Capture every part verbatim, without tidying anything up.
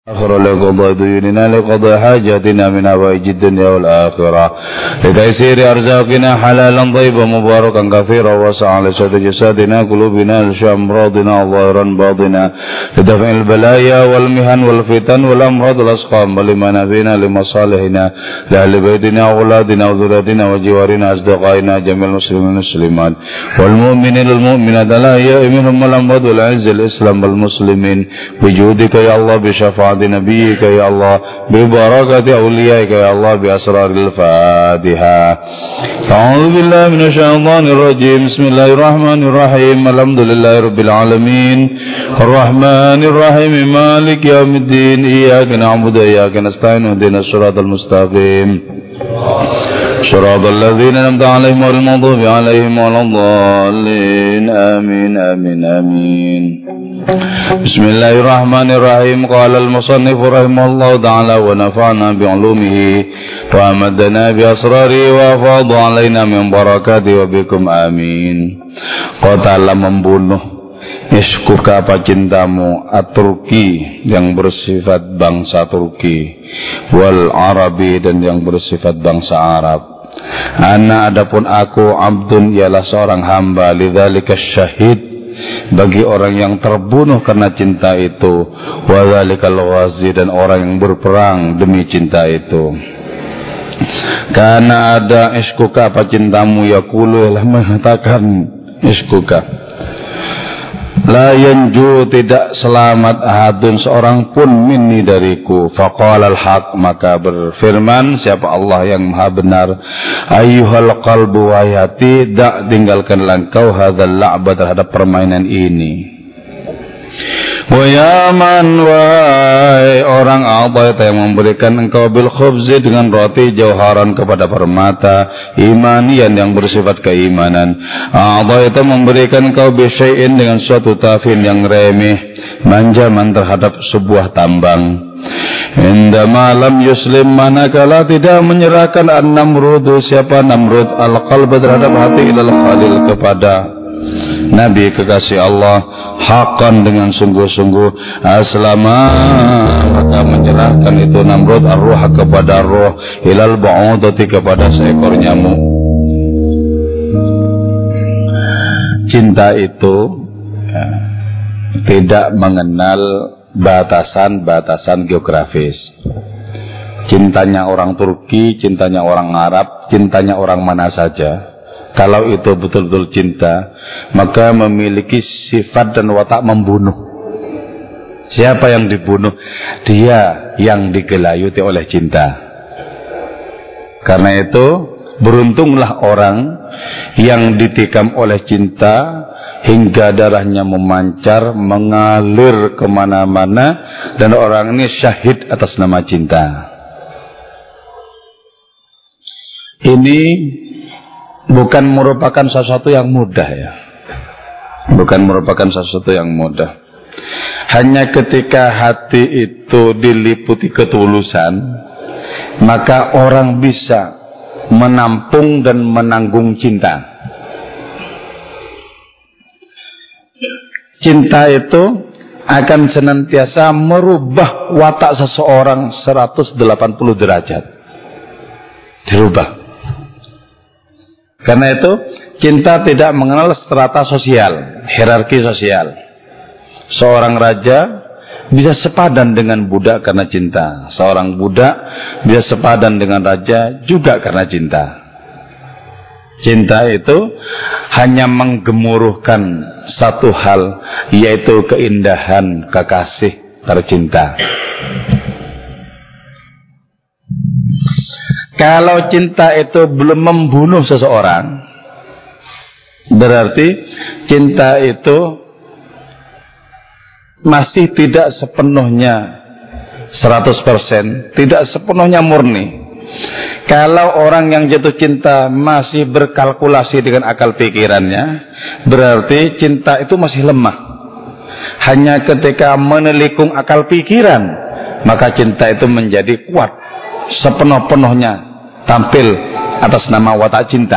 آخر لقضاء ديوننا لقضاء حاجاتنا من هوائج الدنيا والآخرة لتيسير أرزاقنا حلالا طيبا مباركا كثيرا واسعا لسد جسادنا قلوبنا لشفاء أمراضنا ظاهرا باطنا لدفع البلايا والمهن والفتن والأمراض والأسقام ولمن فينا لمصالحنا لأهل بيتنا وأولادنا وذريتنا وجوارنا أصدقائنا جميع المسلمين والمسلمات والمؤمنين والمؤمنات الأحياء منهم والأموات والعز الإسلام والمسلمين بجودك يا الله بشفاعة نبيك يا الله ببركة أوليائك يا الله بأسرار الفاتحة. أعوذ بالله من الشيطان الرجيم. بسم الله الرحمن الرحيم. الحمد لله رب العالمين الرحمن الرحيم مالك يوم الدين إياك نعبد وإياك نستعين اهدنا الصراط المستقيم صراط الذين أنعمت عليهم غير المغضوب عليهم ولا الضالين آمين آمين آمين. بسم الله الرحمن الرحيم. قال المصنف رحمه الله تعالى ونفعنا بعلومه وأمدنا بأسراره وأفاض علينا من بركاته وبكم آمين. Qatala membunuh iskuka apa cintamu at-Turki yang bersifat bangsa Turki wal Arabi dan yang bersifat bangsa Arab. Ana adapun aku abdun ialah seorang hamba lidzalika syahid bagi orang yang terbunuh karena cinta itu wadzalikal ghazi dan orang yang berperang demi cinta itu. Karena ada iskuka apa cintamu yaqulu lah mengatakan iskuka la yanju tidak selamat ahadun seorang pun minni dariku. Faqala al-haq maka berfirman siapa Allah yang maha benar ayyuhal qalbu wayati dak tinggalkanlah engkau hadzal la'ba terhadap permainan ini. Wa ya man wahai orang Allah yang memberikan engkau bil khubzi dengan roti jauharan kepada permata imanian yang bersifat keimanan. Allah itu memberikan engkau bisyai'in dengan suatu tafin yang remeh manjaman terhadap sebuah tambang. Indama lam yuslim manakala tidak menyerahkan an-Namrud siapa Namrud al-qalb terhadap hati ilal khalil kepada Nabi kekasih Allah haqqan dengan sungguh-sungguh aslama maka menyerahkan itu Namrud ar-ruh kepada roh ilal ba'udati kepada seekor nyamuk. Cinta itu ya, tidak mengenal batasan-batasan geografis. Cintanya orang Turki, cintanya orang Arab, cintanya orang mana saja. Kalau itu betul-betul cinta, maka memiliki sifat dan watak membunuh. Siapa yang dibunuh? Dia yang digelayuti oleh cinta. Karena itu, beruntunglah orang yang ditikam oleh cinta hingga darahnya memancar, mengalir kemana-mana, dan orang ini syahid atas nama cinta. Ini bukan merupakan sesuatu yang mudah ya. Bukan merupakan sesuatu yang mudah. Hanya ketika hati itu diliputi ketulusan, maka orang bisa menampung dan menanggung cinta. Cinta itu akan senantiasa merubah watak seseorang seratus delapan puluh derajat. Dirubah. Karena itu cinta tidak mengenal strata sosial, hierarki sosial. Seorang raja bisa sepadan dengan budak karena cinta. Seorang budak bisa sepadan dengan raja juga karena cinta. Cinta itu hanya menggemuruhkan satu hal, yaitu keindahan kekasih tercinta. Kalau cinta itu belum membunuh seseorang, berarti cinta itu masih tidak sepenuhnya seratus persen, tidak sepenuhnya murni. Kalau orang yang jatuh cinta masih berkalkulasi dengan akal pikirannya, berarti cinta itu masih lemah. Hanya ketika menelikung akal pikiran, maka cinta itu menjadi kuat, sepenuh-penuhnya tampil atas nama watak cinta.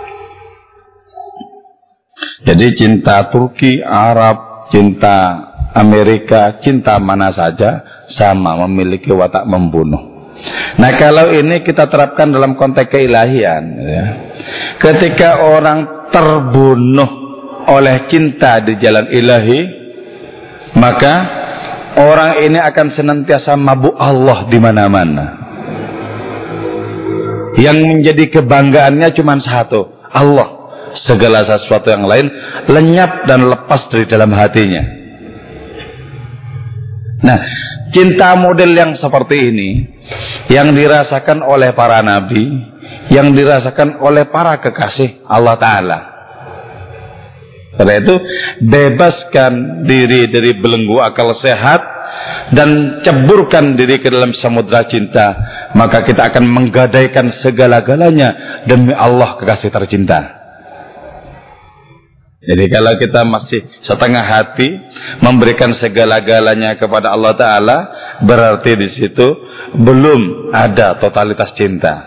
Jadi cinta Turki, Arab, cinta Amerika, cinta mana saja sama, memiliki watak membunuh. Nah, kalau ini kita terapkan dalam konteks keilahian, ya. Ketika orang terbunuh oleh cinta di jalan ilahi, maka orang ini akan senantiasa mabuk Allah di mana-mana. Yang menjadi kebanggaannya cuma satu, Allah. Segala sesuatu yang lain lenyap dan lepas dari dalam hatinya. Nah, cinta model yang seperti ini yang dirasakan oleh para nabi, yang dirasakan oleh para kekasih Allah Ta'ala. Karena itu, bebaskan diri dari belenggu akal sehat dan ceburkan diri ke dalam samudra cinta, maka kita akan menggadaikan segala-galanya demi Allah kekasih tercinta. Jadi kalau kita masih setengah hati memberikan segala-galanya kepada Allah Ta'ala, berarti di situ belum ada totalitas cinta.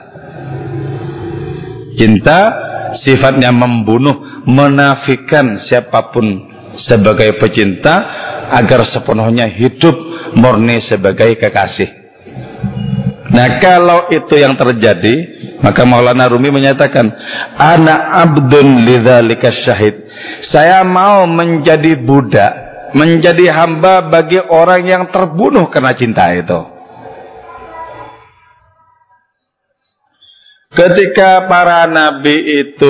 Cinta sifatnya membunuh, menafikan siapapun sebagai pecinta agar sepenuhnya hidup murni sebagai kekasih. Nah, kalau itu yang terjadi, maka Maulana Rumi menyatakan, ana abdun lidzalika syahid. Saya mau menjadi budak, menjadi hamba bagi orang yang terbunuh karena cinta itu. Ketika para nabi itu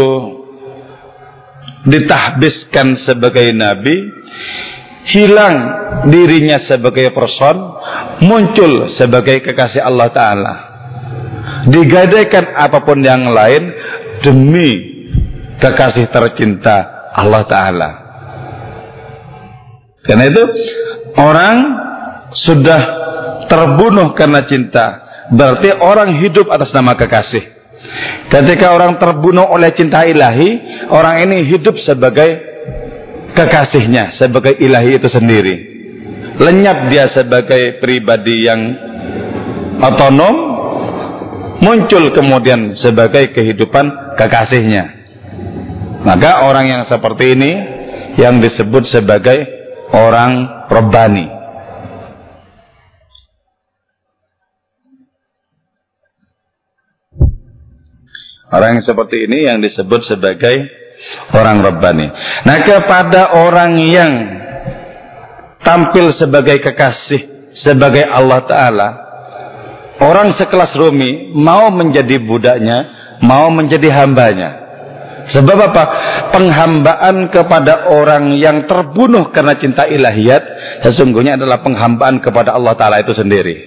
ditahbiskan sebagai nabi, hilang dirinya sebagai person, muncul sebagai kekasih Allah Ta'ala. Digadaikan apapun yang lain demi kekasih tercinta Allah Ta'ala. Karena itu orang sudah terbunuh karena cinta, berarti orang hidup atas nama kekasih. Ketika orang terbunuh oleh cinta ilahi, orang ini hidup sebagai kekasihnya, sebagai ilahi itu sendiri. Lenyap dia sebagai pribadi yang otonom, muncul kemudian sebagai kehidupan kekasihnya. Maka orang yang seperti ini yang disebut sebagai orang Rabbani. Orang yang seperti ini yang disebut sebagai orang Rabbani. Nah, kepada orang yang tampil sebagai kekasih, sebagai Allah Ta'ala, orang sekelas Rumi mau menjadi budaknya, mau menjadi hambanya. Sebab apa? Penghambaan kepada orang yang terbunuh karena cinta ilahiyat sesungguhnya adalah penghambaan kepada Allah Ta'ala itu sendiri.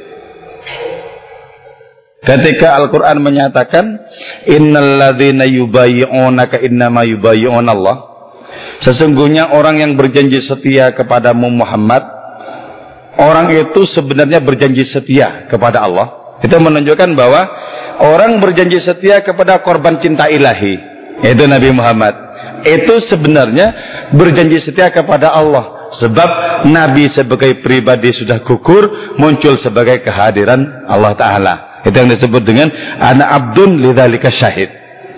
Ketika Al-Quran menyatakan, innal ladzina yubayyi'unaka innama yubayyi'una Allah, sesungguhnya orang yang berjanji setia kepadamu Muhammad, orang itu sebenarnya berjanji setia kepada Allah. Itu menunjukkan bahwa orang berjanji setia kepada korban cinta ilahi, yaitu Nabi Muhammad, itu sebenarnya berjanji setia kepada Allah. Sebab Nabi sebagai pribadi sudah gugur, muncul sebagai kehadiran Allah Ta'ala. Itu yang disebut dengan ana abdun lidzalika syahid.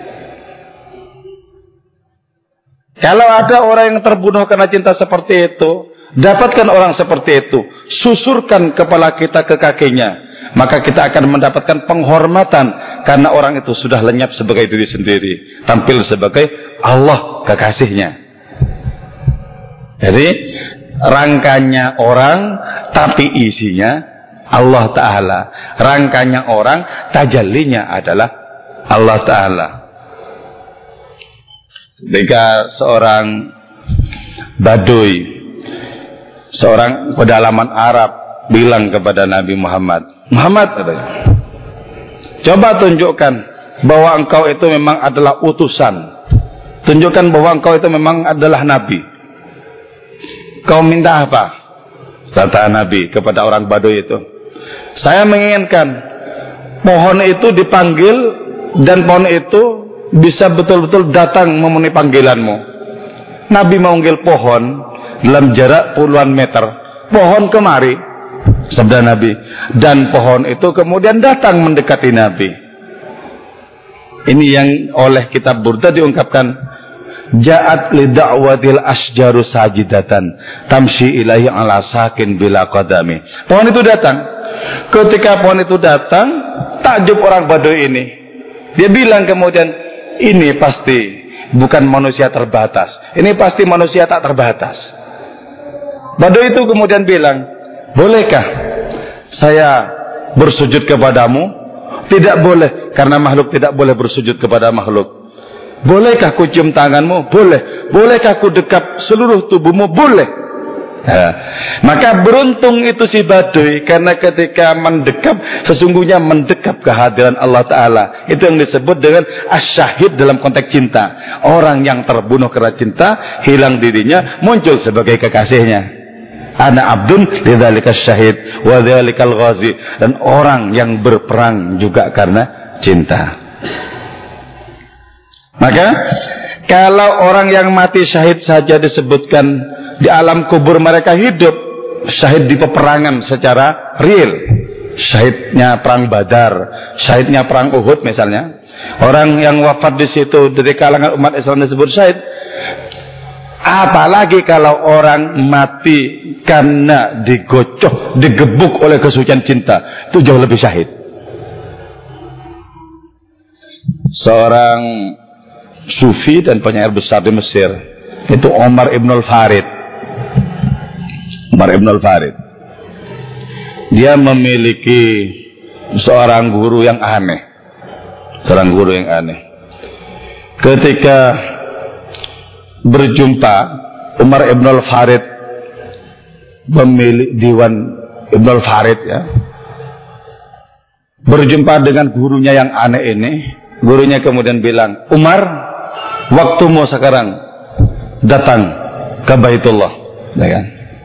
Kalau ada orang yang terbunuh karena cinta seperti itu, dapatkan orang seperti itu, susurkan kepala kita ke kakinya, maka kita akan mendapatkan penghormatan karena orang itu sudah lenyap sebagai diri sendiri, tampil sebagai Allah kekasihnya. Jadi rangkanya orang tapi isinya Allah Ta'ala. Rangkanya orang, tajallinya adalah Allah Ta'ala. Ketika seorang Baduy, seorang pedalaman Arab bilang kepada Nabi Muhammad, Muhammad, coba tunjukkan bahwa engkau itu memang adalah utusan. Tunjukkan bahwa engkau itu memang adalah Nabi. Kau minta apa? Kata Nabi kepada orang Baduy itu, saya menginginkan pohon itu dipanggil dan pohon itu bisa betul-betul datang memenuhi panggilanmu. Nabi memanggil pohon dalam jarak puluhan meter. Pohon kemari, sabda Nabi, dan pohon itu kemudian datang mendekati Nabi. Ini yang oleh kitab Burda diungkapkan, ja'at li da'watil asjaru sajidatan tamshi ilaihi ala sakin bila qadami. Pohon itu datang. Ketika pohon itu datang, takjub orang Baduy ini. Dia bilang kemudian, ini pasti bukan manusia terbatas. Ini pasti manusia tak terbatas. Baduy itu kemudian bilang, bolehkah saya bersujud kepadamu? Tidak boleh, karena makhluk tidak boleh bersujud kepada makhluk. Bolehkah ku cium tanganmu? Boleh. Bolehkah ku dekap seluruh tubuhmu? Boleh. Nah, maka beruntung itu si Baduy, karena ketika mendekap, sesungguhnya mendekap kehadiran Allah Ta'ala. Itu yang disebut dengan asyahid dalam konteks cinta. Orang yang terbunuh karena cinta, hilang dirinya, muncul sebagai kekasihnya. Ana abdun lidzalika syahid wa dzalikal ghazi, dan orang yang berperang juga karena cinta. Maka kalau orang yang mati syahid saja disebutkan di alam kubur mereka hidup, syahid di peperangan secara real, syahidnya perang Badar, syahidnya perang Uhud misalnya, orang yang wafat di situ dari kalangan umat Islam disebut syahid. Apalagi kalau orang mati karena digocoh, digebuk oleh kesucian cinta, itu jauh lebih syahid. Seorang sufi dan penyair besar di Mesir, itu Omar Ibnul Farid. Umar Ibnul Farid. Dia memiliki seorang guru yang aneh. Seorang guru yang aneh. Ketika berjumpa, Umar Ibnul Farid pemilik Diwan Ibnul Farid ya, berjumpa dengan gurunya yang aneh ini. Gurunya kemudian bilang, Umar, waktumu sekarang datang ke Baitullah, ya kan?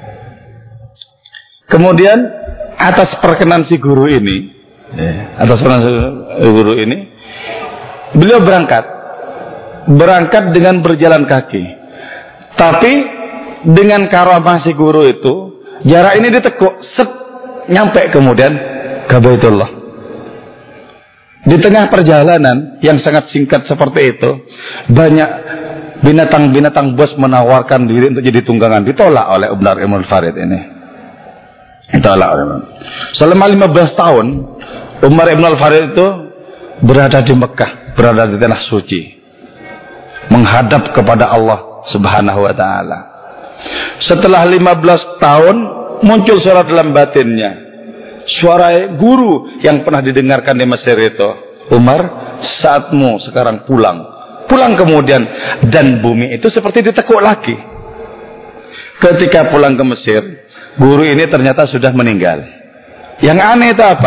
Kemudian atas perkenan si guru ini, ya, atas perkenan si guru ini, beliau berangkat, berangkat dengan berjalan kaki. Tapi dengan karamah si guru itu, jarak ini ditekuk, set, nyampe kemudian ke Baitullah. Di tengah perjalanan yang sangat singkat seperti itu, banyak binatang-binatang bos menawarkan diri untuk jadi tunggangan. Ditolak oleh Umar Ibnul Farid ini. Ditolak oleh Umar. Selama lima belas tahun, Umar Ibnul Farid itu berada di Mekah, berada di tanah suci, menghadap kepada Allah Subhanahu wa Ta'ala. Setelah lima belas tahun, muncul suara dalam batinnya, suara guru yang pernah didengarkan di Mesir itu, Umar, saatmu sekarang pulang. Pulang kemudian, dan bumi itu seperti ditekuk lagi. Ketika pulang ke Mesir, guru ini ternyata sudah meninggal. Yang aneh itu apa?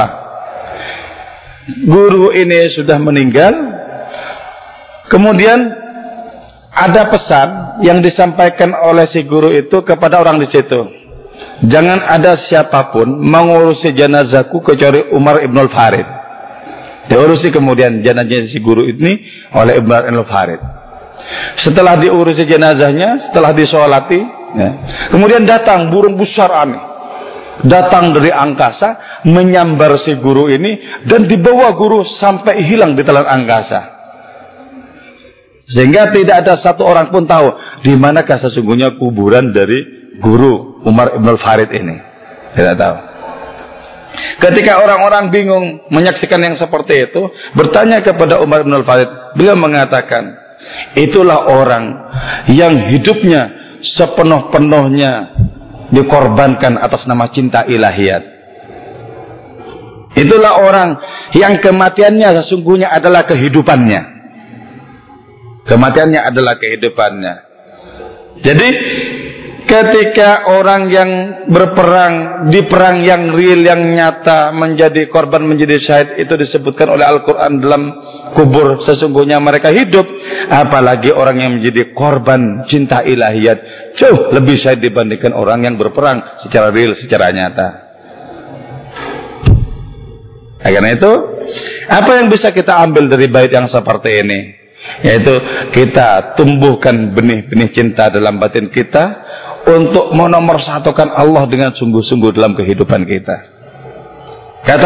Guru ini sudah meninggal, kemudian ada pesan yang disampaikan oleh si guru itu kepada orang di situ. Jangan ada siapapun mengurusi jenazahku kecuali Umar Ibnul Farid. Diurusi kemudian jenazah si guru ini oleh Umar Ibnul Farid. Setelah diurusi jenazahnya, setelah disolati, ya, kemudian datang burung besar aneh, datang dari angkasa, menyambar si guru ini, dan dibawa guru sampai hilang di telan angkasa. Sehingga tidak ada satu orang pun tahu di manakah sesungguhnya kuburan dari guru Umar Ibnul Farid ini. Tidak tahu. Ketika orang-orang bingung menyaksikan yang seperti itu, bertanya kepada Umar Ibnul Farid, beliau mengatakan, itulah orang yang hidupnya sepenuh-penuhnya dikorbankan atas nama cinta ilahiyat. Itulah orang yang kematiannya sesungguhnya adalah kehidupannya. Kematiannya adalah kehidupannya. Jadi ketika orang yang berperang di perang yang real, yang nyata, menjadi korban, menjadi syahid, itu disebutkan oleh Al-Quran dalam kubur sesungguhnya mereka hidup. Apalagi orang yang menjadi korban cinta ilahiyat, jauh lebih syahid dibandingkan orang yang berperang secara real, secara nyata. Nah, karena itu, apa yang bisa kita ambil dari bait yang seperti ini? Yaitu kita tumbuhkan benih-benih cinta dalam batin kita untuk menomorsatukan Allah dengan sungguh-sungguh dalam kehidupan kita.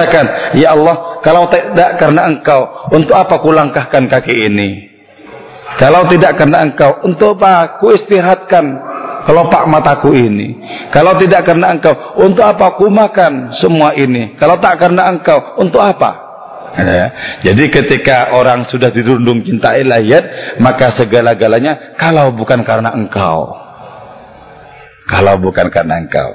Katakan, ya Allah, kalau tidak karena Engkau, untuk apa kulangkahkan kaki ini? Kalau tidak karena engkau, untuk apa ku istirahatkan kelopak mataku ini? Kalau tidak karena engkau, untuk apa ku makan semua ini? Kalau tak karena engkau, untuk apa? Ya. Jadi ketika orang sudah dirundung cinta ilahiyat, maka segala-galanya kalau bukan karena engkau. Kalau bukan karena engkau.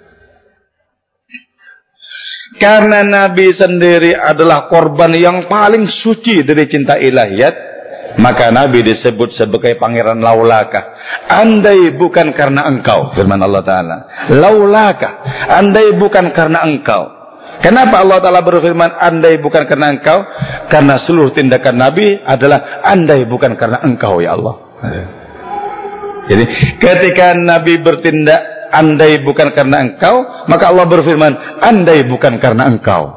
Karena Nabi sendiri adalah korban yang paling suci dari cinta ilahiyat, maka Nabi disebut sebagai pangeran laulaka. Andai bukan karena engkau, firman Allah Ta'ala, laulaka, andai bukan karena engkau. Kenapa Allah Ta'ala berfirman andai bukan karena engkau? Karena seluruh tindakan Nabi adalah andai bukan karena engkau, ya Allah. Jadi ketika Nabi bertindak andai bukan karena engkau, maka Allah berfirman andai bukan karena engkau.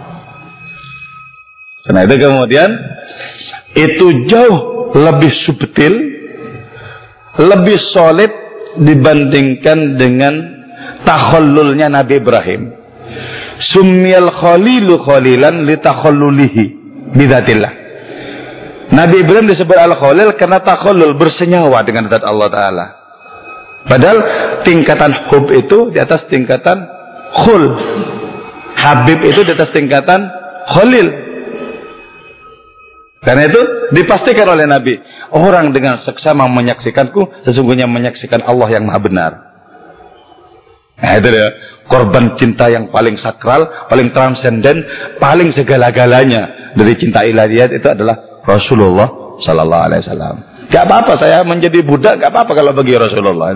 Karena itu kemudian itu jauh lebih subtil, lebih solid dibandingkan dengan takhallulnya Nabi Ibrahim. Summiyal khalilu khalilan litakhallulihi bidatillah. Nabi Ibrahim disebut al-khalil karena takhallul, bersenyawa dengan zat Allah Ta'ala. Padahal tingkatan hub itu di atas tingkatan khul, habib itu di atas tingkatan khalil. Karena itu dipastikan oleh Nabi, orang dengan seksama menyaksikanku sesungguhnya menyaksikan Allah yang maha benar. Nah itu dia, korban cinta yang paling sakral, paling transenden, paling segala-galanya dari cinta ilahiyat itu adalah Rasulullah Sallallahu Alaihi Wasallam. Gak apa-apa saya menjadi budak, gak apa-apa kalau bagi Rasulullah.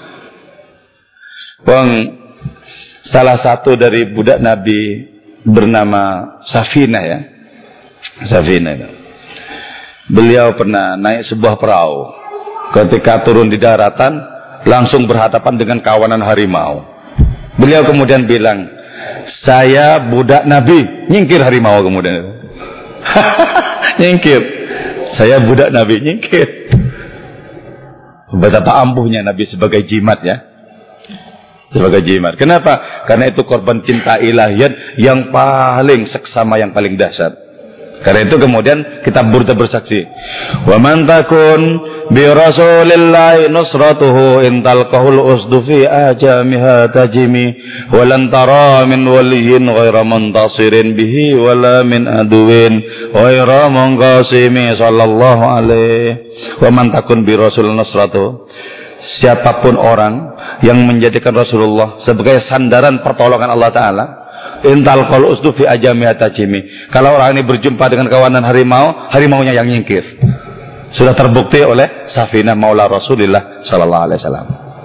Bang, salah satu dari budak Nabi bernama Safina ya, Safina ya. Beliau pernah naik sebuah perahu. Ketika turun di daratan, langsung berhadapan dengan kawanan harimau. Beliau kemudian bilang, saya budak Nabi. Nyingkir harimau kemudian. Nyingkir. Saya budak Nabi, nyingkir. Betapa ampuhnya Nabi sebagai jimat ya. Sebagai jimat. Kenapa? Karena itu korban cinta ilahiyat yang paling seksama, yang paling dahsyat. Karena itu kemudian kita berta bersaksi, wa man takun bi rasulillahi nusratuhu in talqahul usdu fi ajamiha tajimi wa lan tara min waliyyin ghaira muntasirin bihi wala min aduwin ghaira munqasimi sallallahu alaihi. Wa man takun bi rasul nusratuhu, siapapun orang yang menjadikan Rasulullah sebagai sandaran pertolongan Allah Ta'ala, intal qal usdu fi ajamiha tajimi, kalau orang ini berjumpa dengan kawanan harimau, harimaunya yang nyingkir. Sudah terbukti oleh Safina Maula Rasulullah Sallallahu Alaihi Wasallam.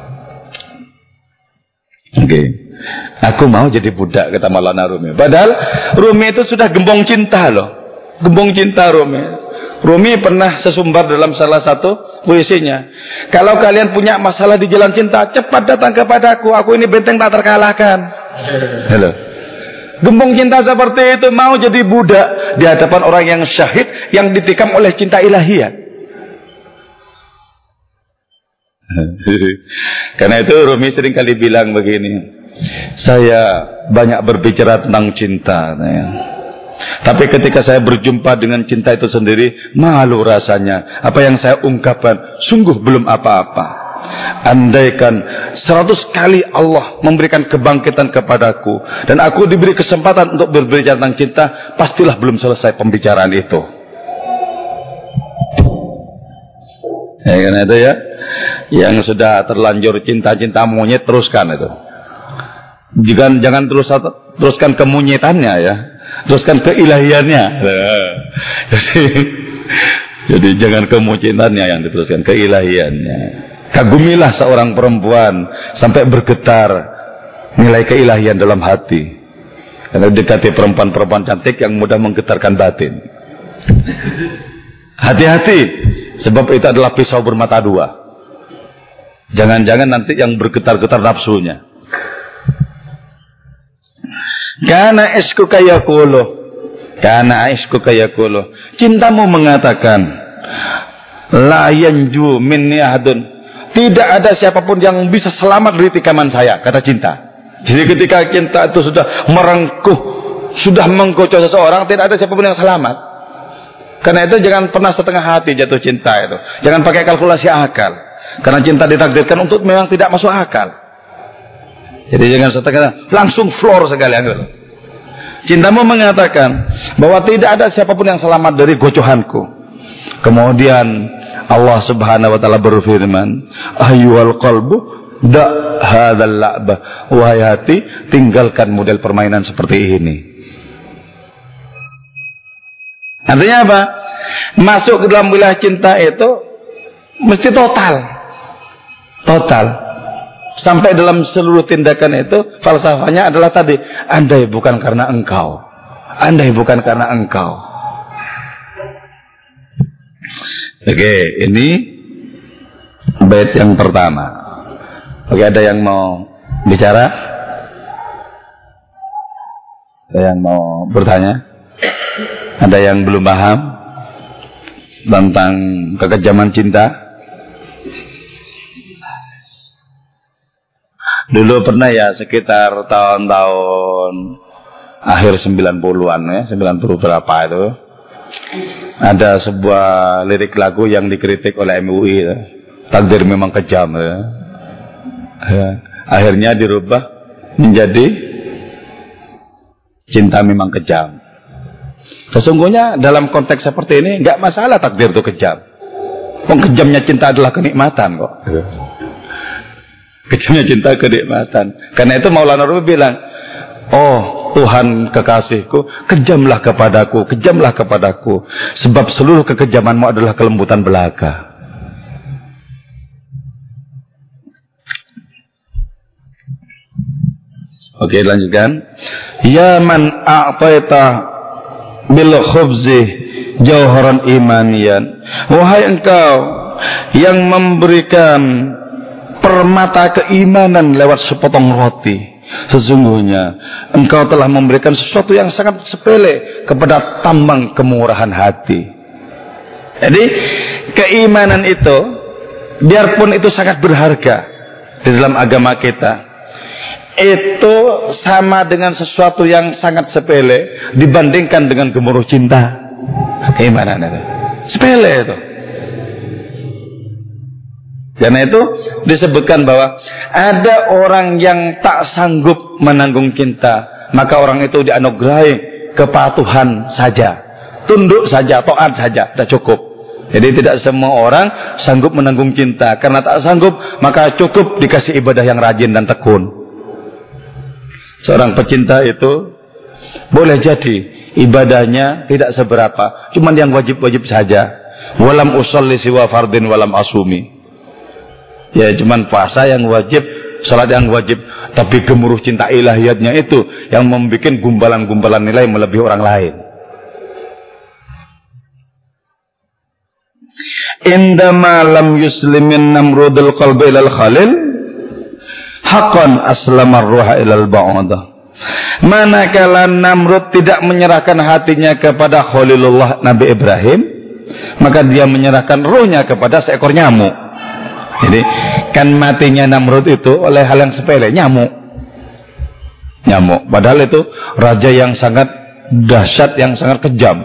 Oke, okay. Aku mau jadi budak, kata Maulana Rumi. Padahal Rumi itu sudah gembong cinta loh, gembong cinta Rumi. Rumi pernah sesumbar dalam salah satu puisinya, kalau kalian punya masalah di jalan cinta, cepat datang kepadaku, aku ini benteng tak terkalahkan. Halo. Gembong cinta seperti itu, mau jadi budak di hadapan orang yang syahid, yang ditikam oleh cinta ilahiyat. Karena itu Rumi sering kali bilang begini, saya banyak berbicara tentang cinta, tapi ketika saya berjumpa dengan cinta itu sendiri, malu rasanya. Apa yang saya ungkapkan sungguh belum apa-apa. Andaikan seratus kali Allah memberikan kebangkitan kepadaku dan aku diberi kesempatan untuk berbicara tentang cinta, pastilah belum selesai pembicaraan itu. Ya, karena itu ya, yang sudah terlanjur cinta-cinta monyet, teruskan itu. Jangan jangan terus teruskan kemonyetannya ya, teruskan keilahiannya. Jadi, jadi jangan kemonyetannya yang diteruskan, keilahiannya. Kagumilah seorang perempuan sampai bergetar nilai keilahian dalam hati. Karena dekati perempuan-perempuan cantik yang mudah menggetarkan batin. Hati-hati, sebab itu adalah pisau bermata dua. Jangan-jangan nanti yang bergetar-getar nafsunya. Kana isku kayakulu, kana isku kayakulu. Cintamu mengatakan, la yanju minni ahadun. Tidak ada siapapun yang bisa selamat dari tikaman saya, kata cinta. Jadi ketika cinta itu sudah merengkuh, sudah mengkocok seseorang, tidak ada siapapun yang selamat. Karena itu jangan pernah setengah hati jatuh cinta itu. Jangan pakai kalkulasi akal. Karena cinta ditakdirkan untuk memang tidak masuk akal. Jadi jangan setengah, langsung floor sekalian. Cintamu mengatakan bahwa tidak ada siapapun yang selamat dari gocohanku. Kemudian Allah Subhanahu wa taala berfirman, ayyuhal qalbu da hadzal la'bah. Wahai hati, tinggalkan model permainan seperti ini. Artinya apa? Masuk ke dalam wilayah cinta itu mesti total. Total. Sampai dalam seluruh tindakan itu falsafahnya adalah tadi, andai bukan karena engkau. Andai bukan karena engkau. Oke, ini bait yang pertama. Oke, ada yang mau bicara? Ada yang mau bertanya? Ada yang belum paham tentang kekejaman cinta? Dulu pernah ya, sekitar tahun-tahun akhir sembilan puluhan ya, sembilan puluh berapa itu, ada sebuah lirik lagu yang dikritik oleh M U I ya. Takdir memang kejam ya. Ya, akhirnya dirubah menjadi cinta memang kejam. Sesungguhnya dalam konteks seperti ini nggak masalah takdir itu kejam. Kejamnya cinta adalah kenikmatan kok. Kejamnya cinta kenikmatan. Karena itu Maulana Rumi bilang, oh Tuhan kekasihku, kejamlah kepadaku, kejamlah kepadaku, sebab seluruh kekejamanmu adalah kelembutan belaka. Oke, lanjutkan. Ya man a'taita bil khubzi jauharan imanian. Wahai engkau yang memberikan permata keimanan lewat sepotong roti, sesungguhnya engkau telah memberikan sesuatu yang sangat sepele kepada tambang kemurahan hati. Jadi keimanan itu, biarpun itu sangat berharga di dalam agama kita, itu sama dengan sesuatu yang sangat sepele dibandingkan dengan gemuruh cinta. Keimanan itu sepele itu. Karena itu disebutkan bahwa ada orang yang tak sanggup menanggung cinta, maka orang itu dianugerahi kepatuhan saja, tunduk saja, taat saja, sudah cukup. Jadi tidak semua orang sanggup menanggung cinta. Karena tak sanggup, maka cukup dikasih ibadah yang rajin dan tekun. Seorang pecinta itu boleh jadi ibadahnya tidak seberapa, cuman yang wajib-wajib saja. Walam usolli siwa fardin walam asumi. Ya cuman puasa yang wajib, salat yang wajib, tapi gemuruh cinta ilahiyatnya itu yang membuat gumbalan-gumbalan nilai melebihi orang lain. Indama lam yuslimin namrudul qalbi ilal khalil haqqan aslamar ruha ilal ba'udah. Manakala Namrud tidak menyerahkan hatinya kepada Khalilullah Nabi Ibrahim, maka dia menyerahkan ruhnya kepada seekor nyamuk. Jadi kan matinya Namrud itu oleh hal yang sepele, nyamuk. Nyamuk. Padahal itu raja yang sangat dahsyat, yang sangat kejam.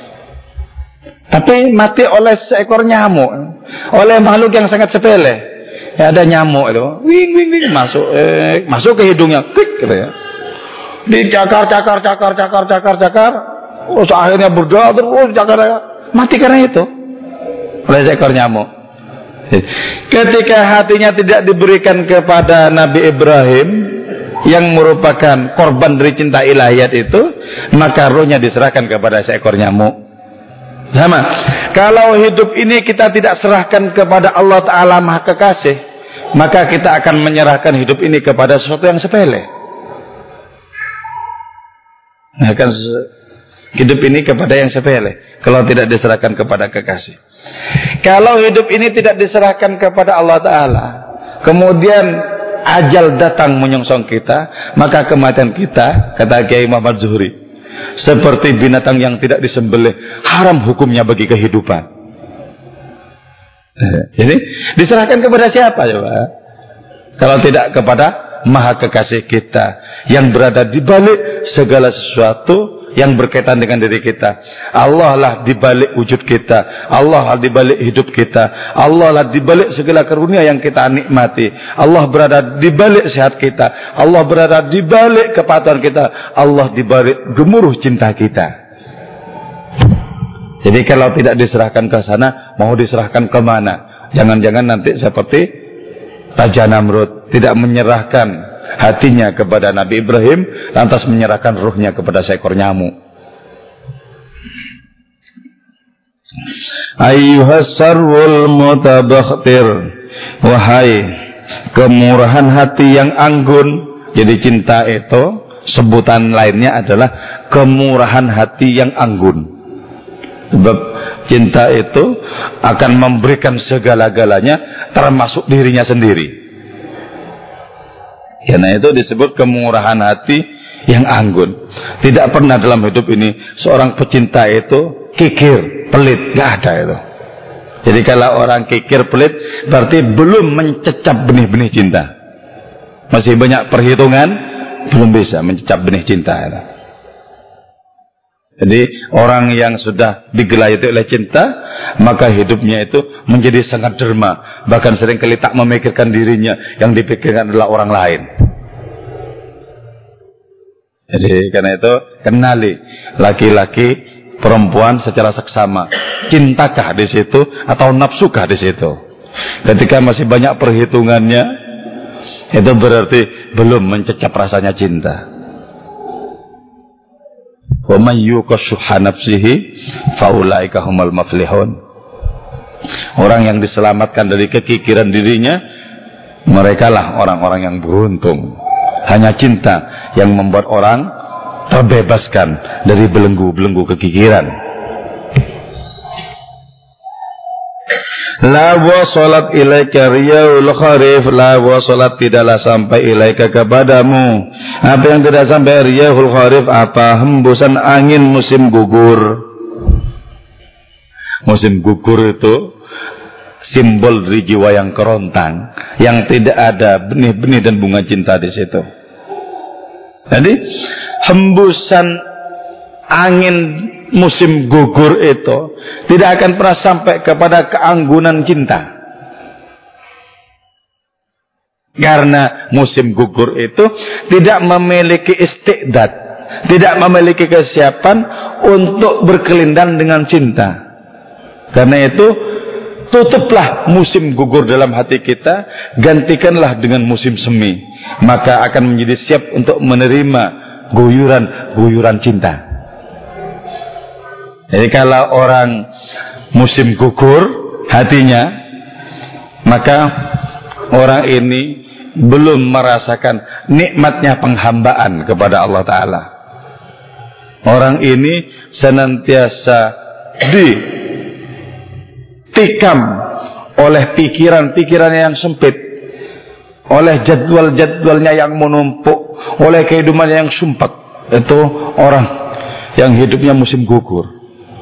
Tapi mati oleh seekor nyamuk, oleh makhluk yang sangat sepele. Ya, ada nyamuk itu, wing wing wing masuk, eh, masuk ke hidungnya, klik gitu ya. Dicakar, cakar, cakar, cakar, cakar, cakar. Oh, akhirnya berdoa terus, cakar, cakar. Mati karena itu oleh seekor nyamuk. Ketika hatinya tidak diberikan kepada Nabi Ibrahim yang merupakan korban dari cinta ilahiyat itu, maka rohnya diserahkan kepada seekor nyamuk. Sama, kalau hidup ini kita tidak serahkan kepada Allah Ta'ala Maha Kekasih, maka kita akan menyerahkan hidup ini kepada sesuatu yang sepele. Akan hidup ini kepada yang sepele kalau tidak diserahkan kepada kekasih. Kalau hidup ini tidak diserahkan kepada Allah Ta'ala, kemudian ajal datang menyongsong kita, maka kematian kita, kata Kiai Muhammad Zuhri, seperti binatang yang tidak disembelih, haram hukumnya bagi kehidupan. Jadi diserahkan kepada siapa coba? Kalau tidak kepada Maha Kekasih kita yang berada di balik segala sesuatu yang berkaitan dengan diri kita. Allah lah di balik wujud kita, Allah lah di balik hidup kita, Allah lah di balik segala karunia yang kita nikmati. Allah berada di balik sehat kita, Allah berada di balik kepatuhan kita, Allah di balik gemuruh cinta kita. Jadi kalau tidak diserahkan ke sana, mau diserahkan ke mana? Jangan-jangan nanti seperti Raja Namrud, tidak menyerahkan hatinya kepada Nabi Ibrahim, lantas menyerahkan ruhnya kepada seekor nyamuk. Ayyuhas sarwul mutabakhtir, wahai kemurahan hati yang anggun. Jadi cinta itu sebutan lainnya adalah kemurahan hati yang anggun. Sebab cinta itu akan memberikan segala-galanya termasuk dirinya sendiri. Karena itu disebut kemurahan hati yang anggun. Tidak pernah dalam hidup ini seorang pecinta itu kikir, pelit, nggak ada itu. Jadi kalau orang kikir, pelit, berarti belum mencecap benih-benih cinta. Masih banyak perhitungan, belum bisa mencecap benih cinta itu. Jadi orang yang sudah digelayuti oleh cinta, maka hidupnya itu menjadi sangat derma. Bahkan seringkali tak memikirkan dirinya, yang dipikirkan adalah orang lain. Jadi karena itu kenali laki-laki perempuan secara seksama. Cintakah di situ atau nafsukah di situ? Ketika masih banyak perhitungannya, itu berarti belum mencecap rasanya cinta. Wa may yuqashuha nafsihi faulaika humul muflihun. Orang yang diselamatkan dari kekikiran dirinya, merekalah orang-orang yang beruntung. Hanya cinta yang membuat orang terbebaskan dari belenggu-belenggu kekikiran. La wasalat ilaika riyaul kharif, la wasalat tidaklah sampai ilaika kepadamu apa yang tidak sampai riyaul kharif, apa hembusan angin musim gugur. Musim gugur itu simbol dari jiwa yang kerontang, yang tidak ada benih-benih dan bunga cinta di situ. Jadi hembusan angin musim gugur itu tidak akan pernah sampai kepada keanggunan cinta. Karena musim gugur itu tidak memiliki istiqdad, tidak memiliki kesiapan untuk berkelindan dengan cinta. Karena itu tutuplah musim gugur dalam hati kita, gantikanlah dengan musim semi, maka akan menjadi siap untuk menerima guyuran-guyuran cinta. Jadi kalau orang musim gugur hatinya, maka orang ini belum merasakan nikmatnya penghambaan kepada Allah Ta'ala. Orang ini senantiasa ditikam oleh pikiran-pikiran yang sempit, oleh jadwal-jadwalnya yang menumpuk, oleh kehidupannya yang sumpek. Itu orang yang hidupnya musim gugur.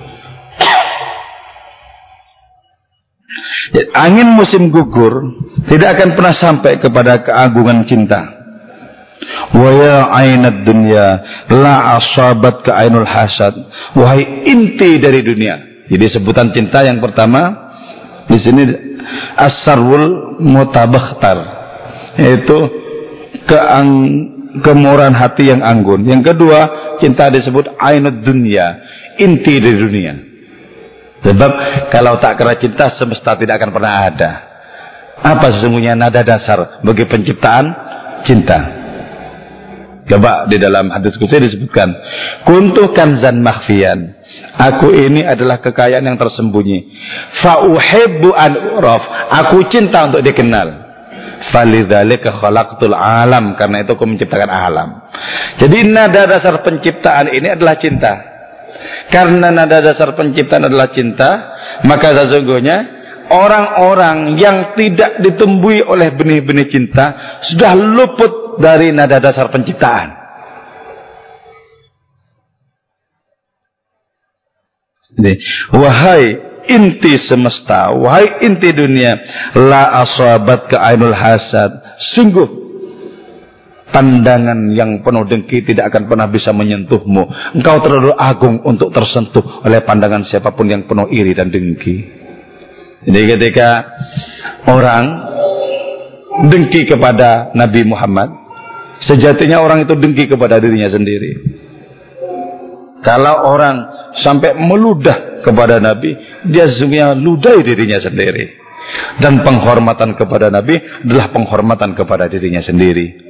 Angin musim gugur tidak akan pernah sampai kepada keagungan cinta. Wa ya ainad dunya la asabat ka ainul hasad. Wahai inti dari dunia. Jadi sebutan cinta yang pertama di sini as-sarwul mutabakhtar, yaitu keang kemurahan hati yang anggun. Yang kedua, cinta disebut ainud dunya, inti dari dunia. Sebab kalau tak kena cinta, semesta tidak akan pernah ada. Apa sesungguhnya nada dasar bagi penciptaan? Cinta. Coba di dalam hadis qudsi disebutkan, kuntu kanzan makhfiyan. Aku ini adalah kekayaan yang tersembunyi. Fa uhibbu an uraf. Aku cinta untuk dikenal. Falidzalika khalaqtul alam. Karena itu aku menciptakan alam. Jadi nada dasar penciptaan ini adalah cinta. Karena nada dasar penciptaan adalah cinta, maka sesungguhnya orang-orang yang tidak ditumbuhi oleh benih-benih cinta sudah luput dari nada dasar penciptaan. Jadi, wahai inti semesta, wahai inti dunia, la asabat ka ainul hasad. Sungguh pandangan yang penuh dengki tidak akan pernah bisa menyentuhmu. Engkau terlalu agung untuk tersentuh oleh pandangan siapapun yang penuh iri dan dengki. Jadi ketika orang dengki kepada Nabi Muhammad, sejatinya orang itu dengki kepada dirinya sendiri. Kalau orang sampai meludah kepada Nabi, dia sesungguhnya ludahi dirinya sendiri. Dan penghormatan kepada Nabi adalah penghormatan kepada dirinya sendiri.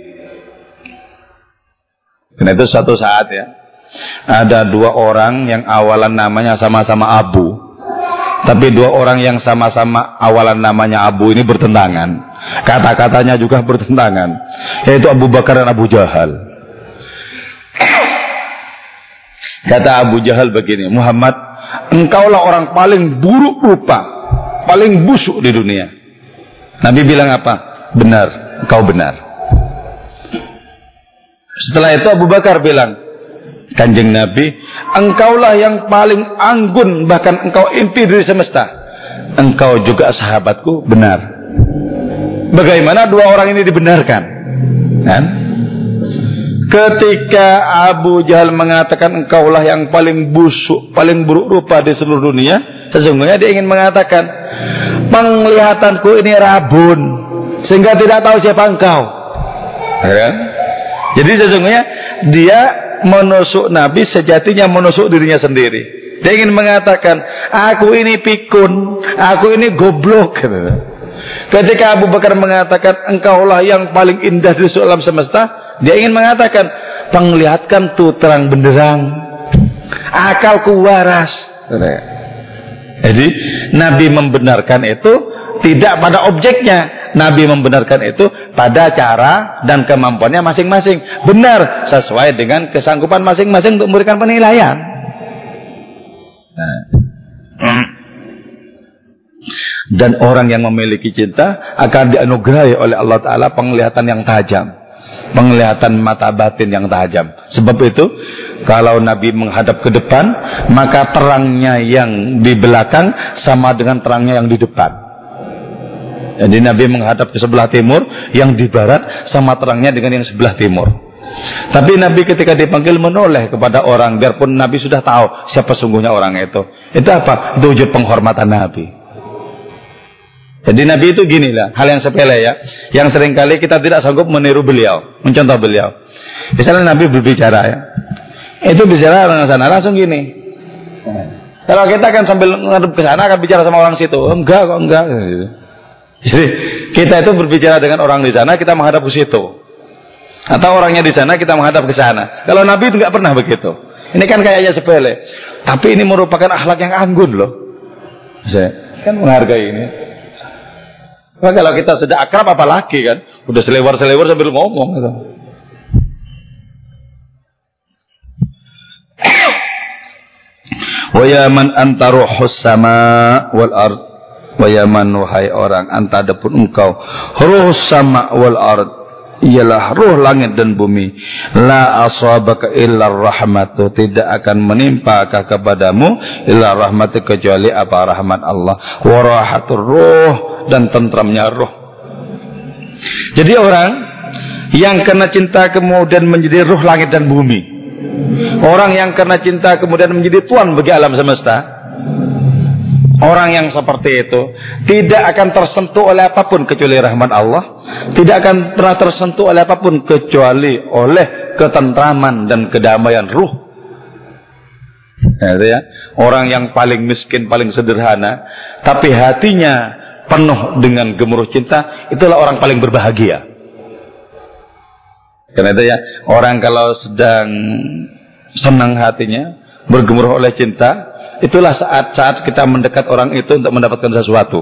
Karena itu suatu saat ya, ada dua orang yang awalan namanya sama-sama Abu, tapi dua orang yang sama-sama awalan namanya Abu ini bertentangan, kata-katanya juga bertentangan, yaitu Abu Bakar dan Abu Jahal. Kata Abu Jahal begini, Muhammad, engkaulah orang paling buruk rupa, paling busuk di dunia. Nabi bilang apa? Benar, engkau benar. Setelah itu Abu Bakar bilang, Kanjeng Nabi, engkaulah yang paling anggun, bahkan engkau inti dari semesta. Engkau juga sahabatku, benar. Bagaimana dua orang ini dibenarkan? Kan? Ketika Abu Jahal mengatakan engkaulah yang paling busuk, paling buruk rupa di seluruh dunia, sesungguhnya dia ingin mengatakan, penglihatanku ini rabun, sehingga tidak tahu siapa engkau. Kan? Jadi sesungguhnya dia menusuk Nabi, sejatinya menusuk dirinya sendiri. Dia ingin mengatakan, aku ini pikun, aku ini goblok. Ketika Abu Bakar mengatakan, engkaulah yang paling indah di alam semesta, dia ingin mengatakan, penglihatkan tuh terang benderang, akalku waras. Jadi Nabi membenarkan itu tidak pada objeknya. Nabi membenarkan itu pada cara dan kemampuannya masing-masing. Benar, sesuai dengan kesanggupan masing-masing untuk memberikan penilaian. Nah. Dan orang yang memiliki cinta akan dianugerahi oleh Allah Ta'ala penglihatan yang tajam, penglihatan mata batin yang tajam. Sebab itu kalau Nabi menghadap ke depan, maka terangnya yang di belakang sama dengan terangnya yang di depan. Jadi Nabi menghadap ke sebelah timur, yang di barat sama terangnya dengan yang sebelah timur. Tapi Nabi ketika dipanggil menoleh kepada orang, biarpun Nabi sudah tahu siapa sungguhnya orang itu. Itu apa? Itu wujud penghormatan Nabi. Jadi Nabi itu gini lah, hal yang sepele ya, yang seringkali kita tidak sanggup meniru beliau, mencontoh beliau. Misalnya Nabi berbicara ya, itu bicara orang sana langsung gini. Kalau kita kan sambil ngadep ke sana akan bicara sama orang situ, enggak kok enggak. Jadi kita itu berbicara dengan orang di sana, kita menghadap ke situ. Atau orangnya di sana, kita menghadap ke sana. Kalau Nabi itu nggak pernah begitu. Ini kan kayaknya sepele, tapi ini merupakan akhlak yang anggun loh. Saya kan menghargai ini. Nah, kalau kita sudah akrab apalagi kan, udah selewar-selewar sambil ngomong gitu. Wa ya man anta ruhus sama wal ard. Wa ya man, wahai orang, anta adapun engkau ruhus sama wal ard, ialah ruh langit dan bumi. La asabaka illa rahmatu, tidak akan menimpakah kepadamu illa rahmatu, kecuali apa? Rahmat Allah. Wa rahatur ruh, dan tentramnya ruh. Jadi orang yang kena cinta kemudian menjadi ruh langit dan bumi, orang yang kena cinta kemudian menjadi tuan bagi alam semesta, orang yang seperti itu tidak akan tersentuh oleh apapun kecuali rahmat Allah, tidak akan pernah tersentuh oleh apapun kecuali oleh ketentraman dan kedamaian ruh. Nah, itu ya, orang yang paling miskin, paling sederhana, tapi hatinya penuh dengan gemuruh cinta, itulah orang paling berbahagia. Karena itu ya, orang kalau sedang senang hatinya, bergemuruh oleh cinta, itulah saat-saat kita mendekat orang itu untuk mendapatkan sesuatu.